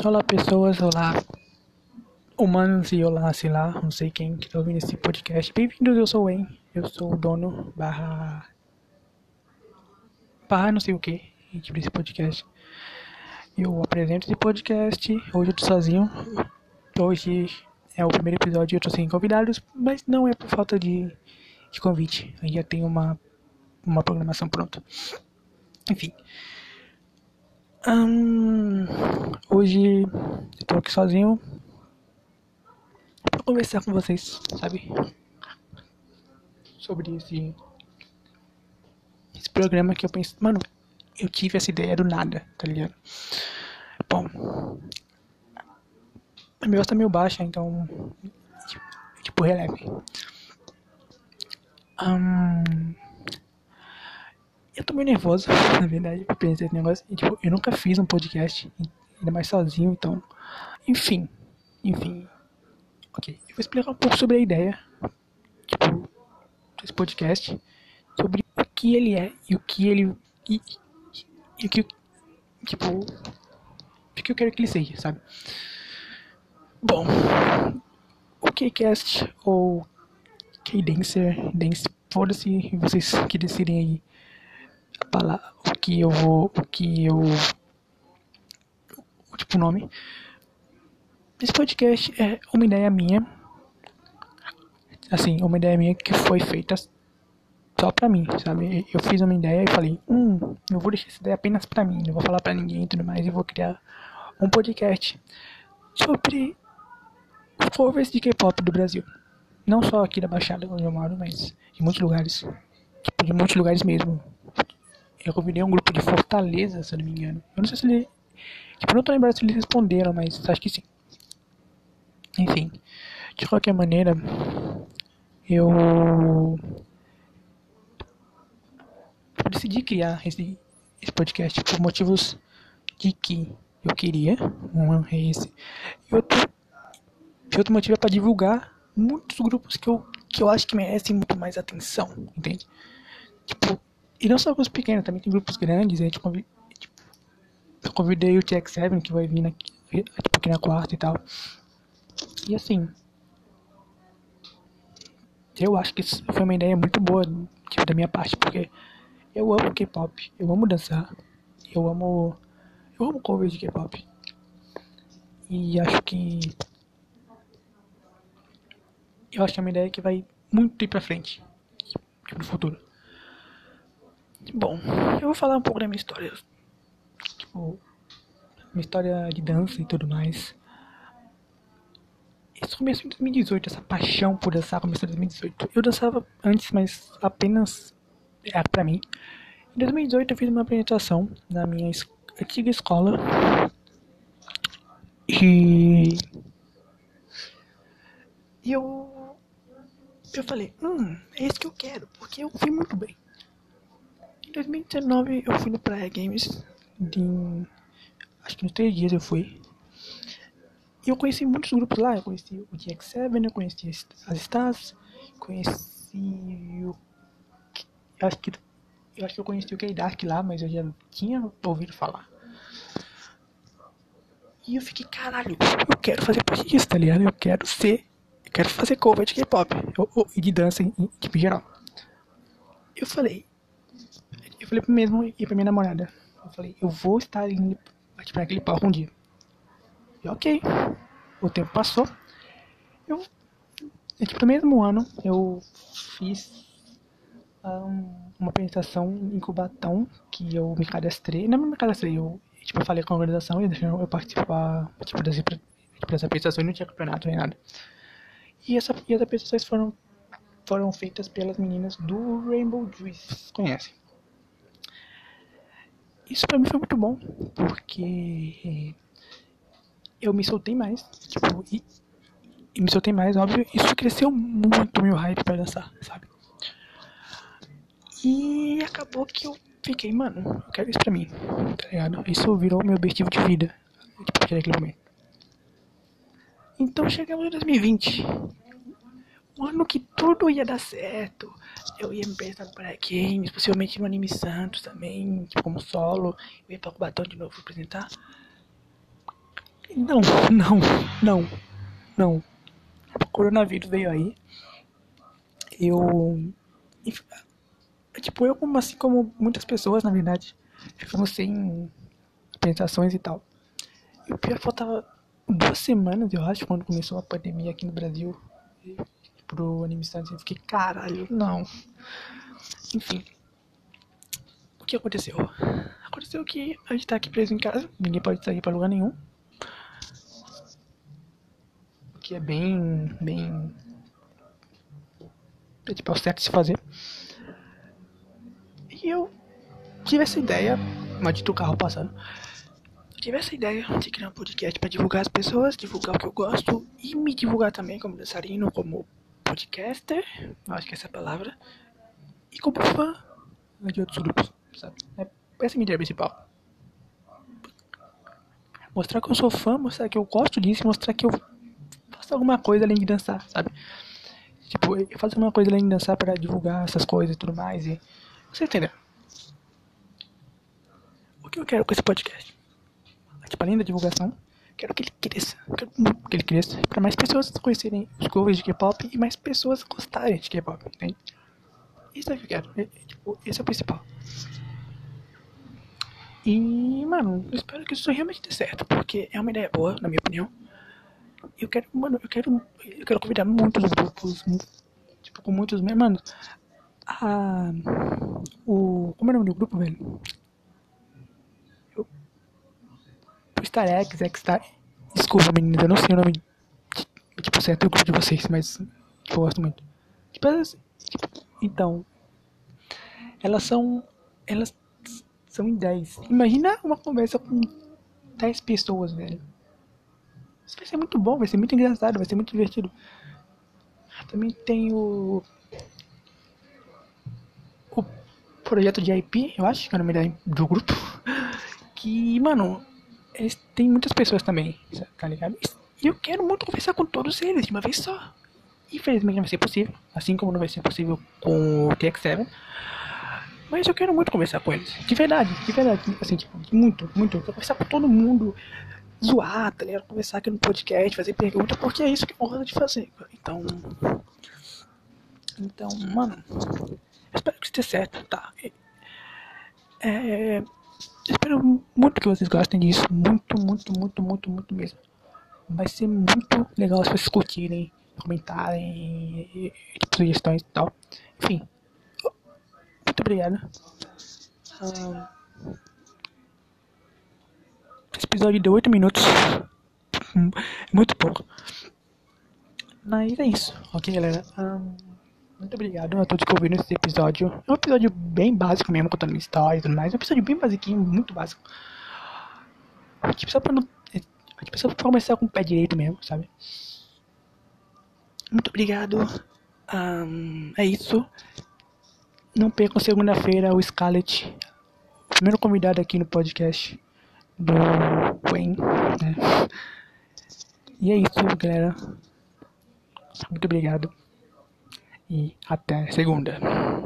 Olá pessoas, olá humanos e olá, sei lá, não sei quem que tá ouvindo esse podcast. Bem-vindos, eu sou o Wayne, eu sou o dono barra não sei o que desse podcast. Eu apresento esse podcast, hoje eu tô sozinho, hoje é o primeiro episódio e eu tô sem convidados, mas não é por falta de convite, aí já tem uma programação pronta. Enfim, hoje eu tô aqui sozinho pra conversar com vocês, sabe? Sobre esse programa que eu pensei, mano, eu tive essa ideia do nada, tá ligado? Bom, a minha voz tá meio baixa, então, tipo, releve. Eu tô meio nervoso, na verdade, pra pensar nesse negócio. E, tipo, eu nunca fiz um podcast, ainda mais sozinho, então, enfim, ok. Eu vou explicar um pouco sobre a ideia, tipo, desse podcast, sobre o que ele é e o que ele, e o que, tipo, o que eu quero que ele seja, sabe? Bom, o K-Cast ou K-Dancer, Dance, foda-se, vocês que decidem aí tipo, o nome. Esse podcast é uma ideia minha, assim, uma ideia minha que foi feita só pra mim, sabe? Eu fiz uma ideia e falei, eu vou deixar essa ideia apenas pra mim, não vou falar pra ninguém e tudo mais, e vou criar um podcast sobre covers de K-pop do Brasil. Não só aqui da Baixada onde eu moro, mas de muitos lugares. Tipo, de muitos lugares mesmo. Eu convidei um grupo de Fortaleza, se eu não me engano. Eu não sei se ele... Tipo, eu não tô lembrado se eles responderam, mas acho que sim. Enfim, de qualquer maneira, eu decidi criar esse podcast por motivos de que eu queria. Um é esse. E outro motivo é pra divulgar muitos grupos que eu acho que merecem muito mais atenção, entende? Tipo, e não só grupos pequenos, também tem grupos grandes. Eu convidei o TX7 que vai vir aqui na quarta e tal. E assim, eu acho que isso foi uma ideia muito boa, tipo, da minha parte, porque eu amo K-pop, eu amo dançar, eu amo covers de K-pop. E eu acho que é uma ideia que vai muito ir pra frente, tipo, no futuro. Bom, eu vou falar um pouco da minha história, tipo, minha história de dança e tudo mais. Isso começou em 2018, essa paixão por dançar começou em 2018. Eu dançava antes, mas apenas era pra mim. Em 2018 eu fiz uma apresentação na minha antiga escola e eu falei, é isso que eu quero, porque eu fui muito bem. Em 2019 eu fui no Praia Games, acho que nos 3 dias eu fui. E eu conheci muitos grupos lá, eu conheci o DX7, eu conheci as Stars, conheci o... Eu acho que eu conheci o K-Dark lá, mas eu já tinha ouvido falar. E eu fiquei, caralho, eu quero fazer parte disso, tá ligado? Eu quero fazer cover de K-pop e de dança tipo, em geral. Eu falei pro mesmo e pra minha namorada. Eu falei, eu vou estar indo pra aquele palco um dia. E ok, o tempo passou. Tipo, no mesmo ano, eu fiz uma apresentação em Cubatão, que eu me cadastrei. Não me cadastrei, eu falei com a organização e deixaram eu participar tipo, dessa apresentação e não tinha campeonato nem nada. E as apresentações foram feitas pelas meninas do Rainbow Juice, conhecem? Isso pra mim foi muito bom, porque eu me soltei mais, tipo, e me soltei mais, óbvio, isso cresceu muito meu hype pra dançar, sabe? E acabou que eu fiquei, mano, eu quero isso pra mim, tá ligado? Isso virou meu objetivo de vida, tipo, naquele momento. Então chegamos em 2020, um ano que tudo ia dar certo. Eu ia me apresentar para games, possivelmente no Anime Santos também, tipo, como solo. Eu ia pra Cubatão de novo pra apresentar. Não, não, não, não. O coronavírus veio aí. Eu. Tipo, eu, como assim como muitas pessoas, na verdade, ficamos sem apresentações e tal. E o pior é que faltava 2 semanas, eu acho, quando começou a pandemia aqui no Brasil. E pro Anime Stands, eu fiquei, caralho, não. Enfim, o que aconteceu? Aconteceu que a gente tá aqui preso em casa, ninguém pode sair pra lugar nenhum. O que é bem. É tipo, é o certo de se fazer. E eu tive essa ideia, maldito carro passando. Tive essa ideia de criar um podcast pra divulgar as pessoas, divulgar o que eu gosto e me divulgar também como dançarino, como podcaster, acho que essa é a palavra, e como fã de outros grupos, sabe? Essa é a minha ideia principal. Mostrar que eu sou fã, mostrar que eu gosto disso, mostrar que eu faço alguma coisa além de dançar, sabe? Tipo, eu faço alguma coisa além de dançar pra divulgar essas coisas e tudo mais e... Você entendeu? O que eu quero com esse podcast? Tipo, além da divulgação, quero que ele cresça. Quero muito que ele cresça. Pra mais pessoas conhecerem os covers de K-pop e mais pessoas gostarem de K-pop, entende? Isso é o que eu quero. Tipo, esse é o principal. E, mano, eu espero que isso realmente dê certo, porque é uma ideia boa, na minha opinião. Eu quero, mano, eu quero convidar muitos grupos, tipo, com muitos, mano, a, como é o nome do grupo, velho? O Star X, X-Star, desculpa, meninas, eu não sei o nome, tipo, certo do grupo de vocês, mas eu gosto muito. Tipo, então, elas são em 10. Imagina uma conversa com 10 pessoas, velho. Isso vai ser muito bom, vai ser muito engraçado, vai ser muito divertido. Também tem o projeto de IP, eu acho que é o nome do grupo. Que, mano, eles têm muitas pessoas também, tá ligado? E eu quero muito conversar com todos eles de uma vez só. Infelizmente não vai ser possível, assim como não vai ser possível com o TX7. Mas eu quero muito conversar com eles. De verdade, assim, tipo, muito, muito. Eu quero conversar com todo mundo, zoar, tá ligado? Conversar aqui no podcast, fazer pergunta, porque é isso que eu gosto de fazer. Então, mano, eu espero que isso dê certo, tá? Eu espero muito que vocês gostem disso. Muito, muito, muito, muito, muito mesmo. Vai ser muito legal as pessoas curtirem, comentarem, tipo, sugestões e tal. Enfim, muito obrigado. Ah, esse episódio deu 8 minutos. Muito pouco. Mas é isso, ok, galera? Muito obrigado a todos que ouviram esse episódio. É um episódio bem básico mesmo, contando minha história e tudo mais. É um episódio bem basiquinho, muito básico. Tipo, só pra não. Tipo, só pra começar com o pé direito mesmo, sabe? Muito obrigado. É isso. Não percam segunda-feira o Scarlett, o primeiro convidado aqui no podcast do Wayne, né? E é isso, galera. Muito obrigado. E até segunda.